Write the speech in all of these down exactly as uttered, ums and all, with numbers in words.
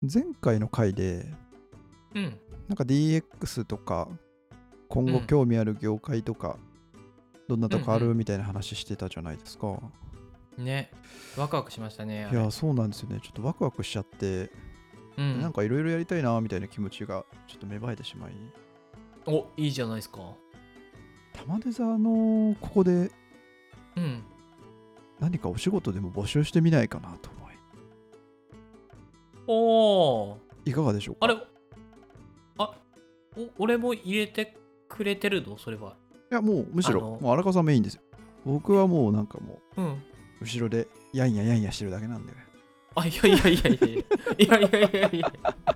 前回の回でうんなんか ディーエックス とか今後うん興味ある業界とかどんなうんとこあるうみたいな話してたじゃないですか。 んね、ワクワクしましたね、あれ。 いやそうなんですよね。ちょっとワクワクしちゃってうんなんかいろいろやりたいなみたいな気持ちがちょっと芽生えてしまい、 お、いいじゃないですか。 玉デザのここでうん何かお仕事でも募集してみないかなと思い、 おー、 いかがでしょうか。 あれ、あ、お俺も入れてくれてるのそれは。 いやもうむしろあのもう荒川さんメインですよ。僕はもうなんかもうんう後ろでやんややんやしてるだけなんで。 あ、いやいやいやいやいやいやいやいやいや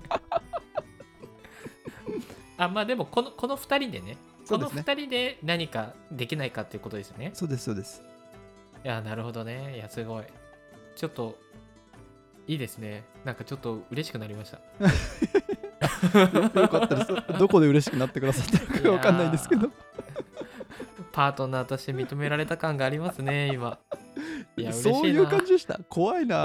あ、まあでもこのこのふたりでね、このそうですね。 ふたりで何かできないかっていうことですよね。 そうですそうです。 いや、なるほどね。いや、すごい。ちょっと、いいですね。なんかちょっと嬉しくなりました。 よよかったです。どこで嬉しくなってくださったのかわかんないんですけど。 パートナーとして認められた感がありますね、今。いや、嬉しいな。 そういう感じでした。怖いな。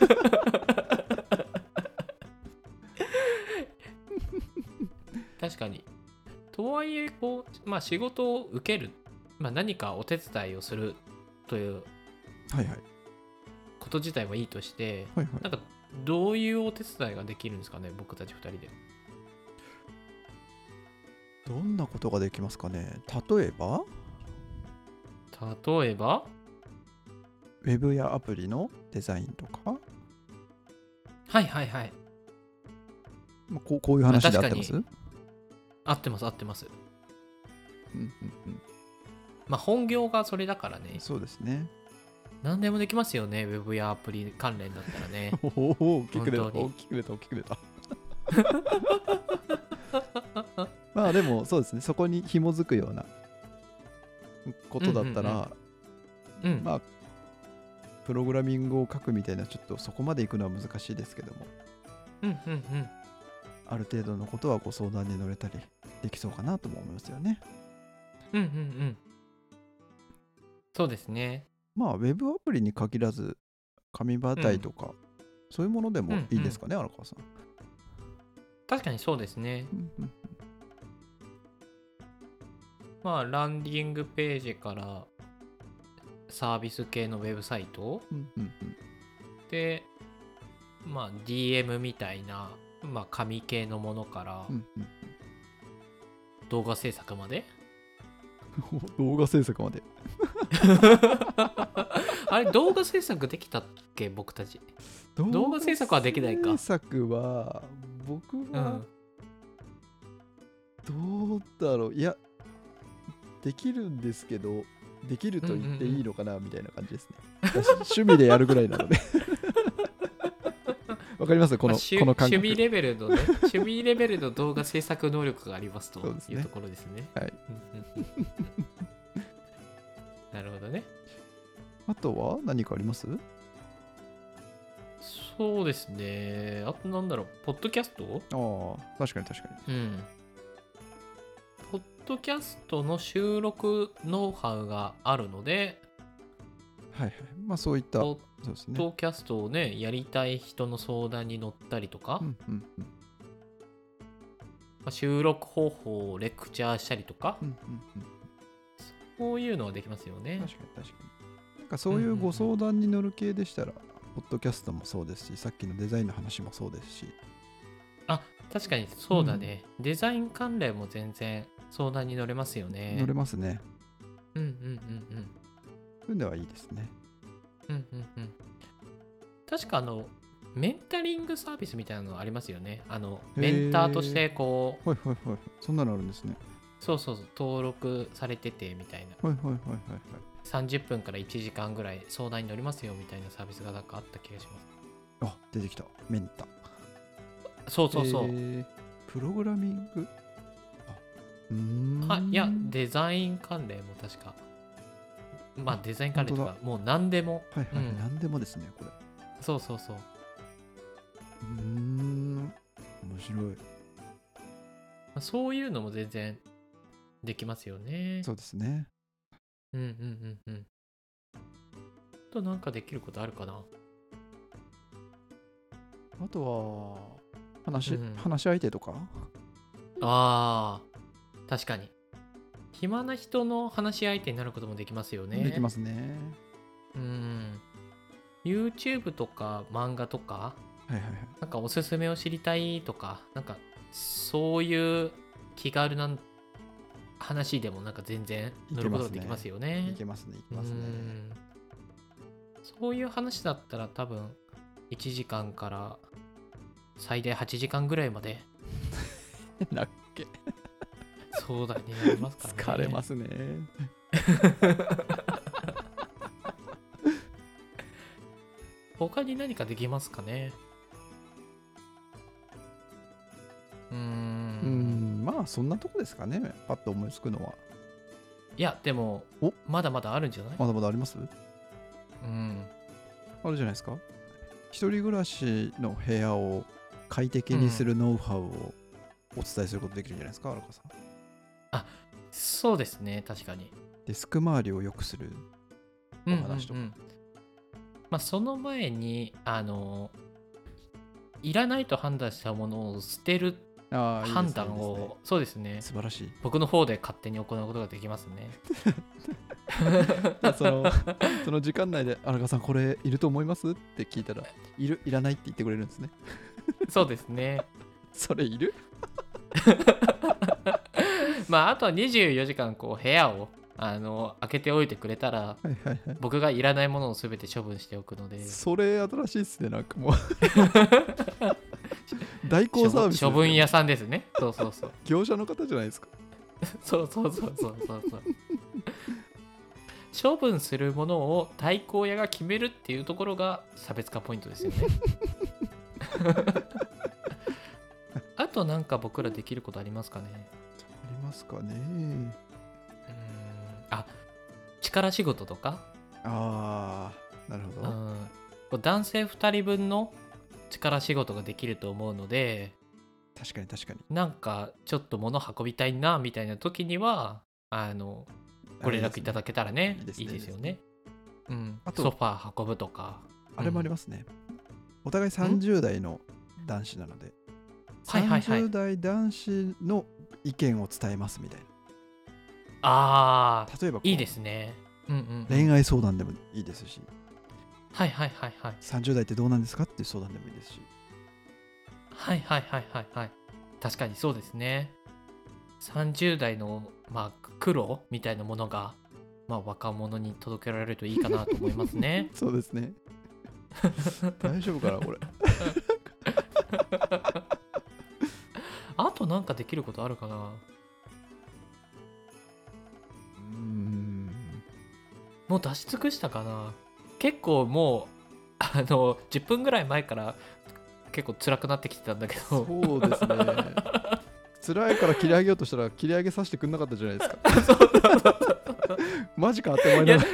確かに。とはいえ、こう、まあ仕事を受ける、まあ何かお手伝いをするというはいはい。 こと自体はいいとして、 はいはい。 なんかどういうお手伝いができるんですかね、僕たちふたりで。 どんなことができますかね。例えば、 例えば、 ウェブやアプリのデザインとか、 はいはいはい。 まあ、こうこういう話で合ってます？ ま合ってます合ってます。 うんうんまあ本業がそれだからねうん。。そうですね。 何でもできますよね、ウェブやアプリ関連だったらね。 おお、大きく出た、 本当に大きく出た、大きく出た。まあでもそうですね、そこに紐づくようなことだったら、 うん。 まあ、プログラミングを書くみたいな、ちょっとそこまでいくのは難しいですけども、 うんうんうん。 ある程度のことはご相談に乗れたりできそうかなとも思いますよね。 うんうんうん。そうですね。 まあ、ウェブアプリに限らず、紙媒とか、そういうものでもいいですかね、荒川さん。 確かにそうですね。 うんうんまあ、ランディングページからサービス系のウェブサイトうんうんで、まあ、ディーエム みたいな、まあ、紙系のものからうんうん動画制作まで。 うん動画制作まで。 あれ、動画制作できたっけ、僕たち。動画制作はできないか動画制作は、僕はうん。 どうだろう。いや、できるんですけど、できると言っていいのかなみたいな感じですね。私趣味でやるぐらいなので。わかりますこの、 まあ趣この感覚。 趣味レベルのね、趣味レベルの動画制作能力がありますとそうですねいうところですね。 はい。 うんうんうんなるほどね。 あとは何かあります？ そうですね。あとなんだろう、ポッドキャストああ、確かに確かに。 うん。ポッドキャストの収録ノウハウがあるので、 はいはい。まあそういった、 ポそうですね。 ッドキャストをね、やりたい人の相談に乗ったりとか、 うんうんうん。 まあ収録方法をレクチャーしたりとか、 うんうんうん。 こういうのはできますよね。 確かに確かに。なんかそういうご相談に乗る系でしたら、ポッドキャストもそうですし、さっきのデザインの話もそうですし。 あ、確かにそうだね。デザイン関連も全然相談に乗れますよね。 乗れますね。 うんうんうんうん。 そういうのはいいですね。 うんうんうん。確かあの、メンタリングサービスみたいなのありますよね。あの、メンターとしてこう、 はいはいはい。そんなのあるんですね。 そうそうそう、登録されててみたいな。 はいはいはいはいはい。 さんじゅっぷんからいちじかんぐらい相談に乗りますよみたいなサービスがなんかあった気がします。 あ、出てきた。メンタ。 そうそうそう。 えープログラミングあ、うーん。 あ、いや、デザイン関連も確か。まあデザイン関連とか、もう何でも。 はいはい、 うん何でもですね、これ。 そうそうそう。 うーん。面白い。 そういうのも全然できますよね。 そうですね。 うんうんうんうん。あとなんかできることあるかな。 あとは、 話、 うん話し相手とか。 あー確かに暇な人の話し相手になることもできますよね。 できますね。 うん YouTube とか漫画とかはいはいはい。 なんかおすすめを知りたいとかなんかそういう気軽な話でもなんか全然乗ることができますよね。 いけますね、いけますね。 うんそういう話だったら多分いちじかんから最大はちじかんぐらいまでなっけ。 相談になりますからね。 疲れますね。 他に何かできますかね。うーんうん、まあそんなとこですかね。パッと思いつくのは。 いやでもおまだまだあるんじゃない？ まだまだあります？ うんあるじゃないですか。一人暮らしの部屋を快適にするノウハウをお伝えすることできるんじゃないですか、荒川さん。 そうですね確かに。 デスク周りを良くするお話とか。 うんうんうんまあその前にあのいらないと判断したものを捨てるああ、いいですね判断いいですねをそうですね素晴らしい。 僕の方で勝手に行うことができますね。 そのその時間内で荒川さんこれいると思いますって聞いたらいるいらないって言ってくれるんですね。 そうですね。 それいる？ まああとはにじゅうよじかんこう部屋をあの開けておいてくれたらはいはいはい。 僕がいらないものを全て処分しておくのでそれ新しいっすね、なんかもう代行サービスですね、 処分屋さんですね。そうそうそう業者の方じゃないですか。 そうそうそうそうそうそう処分するものを代行屋が決めるっていうところが差別化ポイントですよね。あとなんか僕らできることありますかね。 ありますかね。 うーんあ力仕事とか、 ああ、なるほど。 うん、こう男性ふたりぶんの力仕事ができると思うので確かに確かに。 なんかちょっと物運びたいなみたいな時にはあのご連絡いただけたらねいいですねいいですよね。うん、 あとソファー運ぶとかあれもありますね。お互いさんじゅう代の男子なので、 はいはいはいさんじゅう代男子の意見を伝えますみたいあな。例えばこうーいいですね。うんうんうん、 恋愛相談でもいいですし、 はいはいはいはいさんじゅう代ってどうなんですかっていう相談でもいいですし。 はいはいはいはいはい確かにそうですね。さんじゅう代のまあ苦労みたいなものがまあ若者に届けられるといいかなと思いますね。 そうですね。大丈夫かなこれ。 あとなんかできることあるかな。 うーん。 もう出し尽くしたかな。結構もうあのじゅっぷんぐらい前から結構辛くなってきてたんだけどそうですね。辛いから切り上げようとしたら切り上げさせてくんなかったじゃないですか。 そうそうそうそうマジかって思いながら。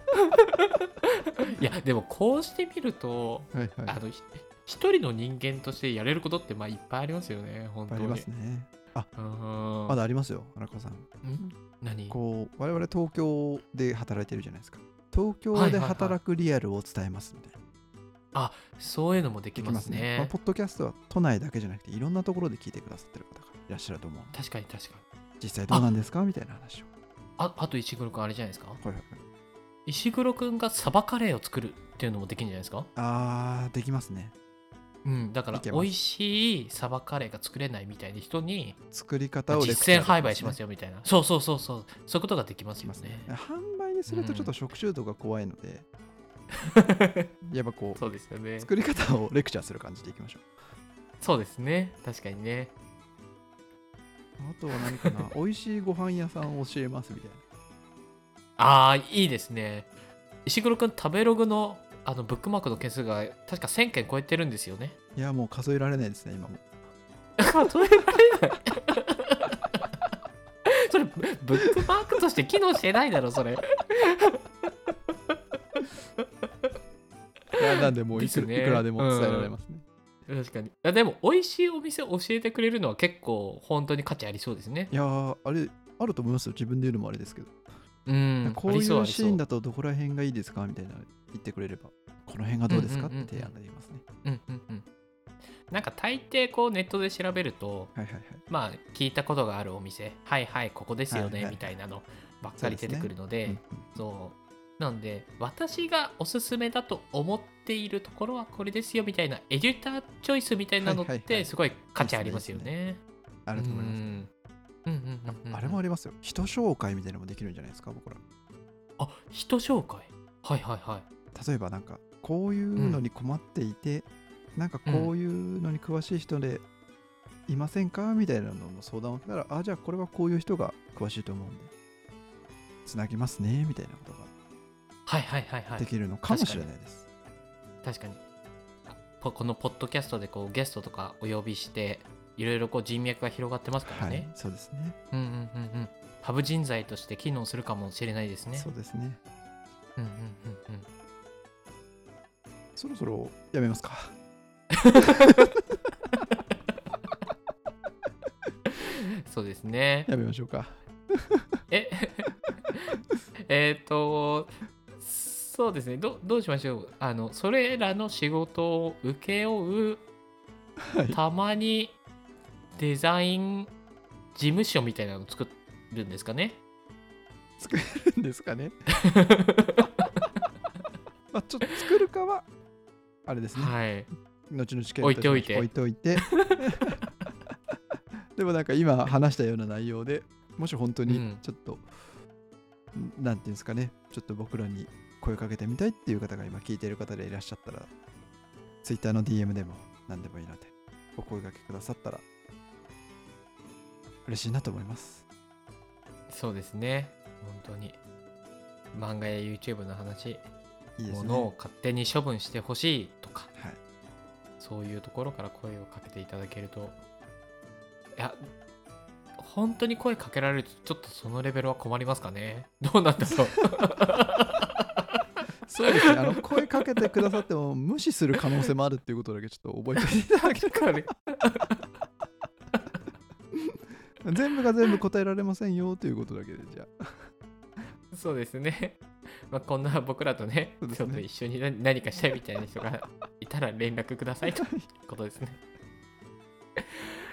いやでもこうしてみるとはいはい。 あのひ一人の人間としてやれることってまあいっぱいありますよね本当に。 ありますね。あ、 うんまだありますよ、荒川さん。 ん何こう、我々東京で働いてるじゃないですか。東京ではいはいはい働くリアルを伝えますみたいな。 そういうのもできできまますすね。 ね。 まあポッドキャストは都内だけじゃなくていろんなところで聞いてくださってる方がいらっしゃると思うので、 確かに確かに。 実際どうなんですかみたいな話を。 ああと石黒くんあれじゃないですか。 はいはいはい。 石黒くんがサバカレーを作るっていうのもできるんじゃないですか。 あー、できますね。 うん、だからいけます美味しいサバカレーが作れないみたいな人に作り方をレクチャー実践販売しできますよみたいな。そうそうそうそう。そういうことができますよますね。 ね。 販売にするとちょっと食中毒が怖いので、やっぱこう、 そうですよね。 作り方をレクチャーする感じでいきましょう。 そうですね。確かにね。 あとは何かな美味しいご飯屋さんを教えますみたいな。 ああ、いいですね。石黒くん食べログのあのブックマークの件数が確かせんけん超えてるんですよね。 いや、もう数えられないですね、今も。 数えられない。それブックマークとして機能してないだろそれ。 いや、なんでもういく,、 ですねいくらでも伝えられますね。 確かに。あでも美味しいお店を教えてくれるのは結構本当に価値ありそうですね。 いやー、あれ、あると思いますよ。自分で言うのもあれですけど。 うん。 こういありそうありそうシーンだとどこら辺がいいですかみたいな言ってくれれば、この辺がどうですかっうんうんうんうんて提案ができますね。 うんうんうん。 なんか大抵こうネットで調べると、 はいはいはい。 まあ聞いたことがあるお店、はいはいここですよね、 はいはいみたいなのばっかり出てくるので、 うんうんそうなんで私がおすすめだと思っているところはこれですよみたいなエデュターチョイスみたいなのっはいはいはいてすごい価値ありますよね。 あると思います。 うんうんうんうんあれもありますよ。人紹介みたいなのもできるんじゃないですか、僕ら。 あ、人紹介。はいはいはい。 例えばなんか、こういうのに困っていて、なんかこういうのに詳しい人でいませんかみたいなのの相談を受けたら、あ、じゃあこれはこういう人が詳しいと思うんで、つなぎますね、みたいなことがはいはいはいはい。 できるのかもしれないです。 確かに。あぽこのポッドキャストでこうゲストとかお呼びしていろいろこう人脈が広がってますからはいね。、 そうですね。 うんうんうんうん。ハブ人材として機能するかもしれないですね。 そうですね。 うんうんうんうん。 そろそろやめますか。 そうですね。 やめましょうか。 ええっとそうですねど。どうしましょう。あのそれらの仕事を請け負う、 はい。 たまにデザイン事務所みたいなのを作るんですかね。 作るんですかね。まあ、ちょっと作るかは、あれですね。 はい。 後々検討し置いておいて置いておいて。でもなんか今話したような内容でもし本当にうんちょっと、なんていうんですかね、ちょっと僕らに声かけてみたいっていう方が今聞いている方でいらっしゃったら、Twitter の ディーエム でも何でもいいので、お声掛けくださったら嬉しいなと思います。 そうですね。本当に漫画や YouTube の話、 いいですね。 物を勝手に処分してほしいとか、 はい。 そういうところから声をかけていただけると、いや本当に声かけられるとちょっとそのレベルは困りますかね。どうなんだろう。 そうですね。あの声かけてくださっても無視する可能性もあるっていうことだけちょっと覚えておいていただけたら全部が全部答えられませんよということだけで、じゃあ。 そうですね。まあ、こんな僕らとね、 そうですねちょっと一緒に何何かしたいみたいな人がいたら連絡くださいということですね。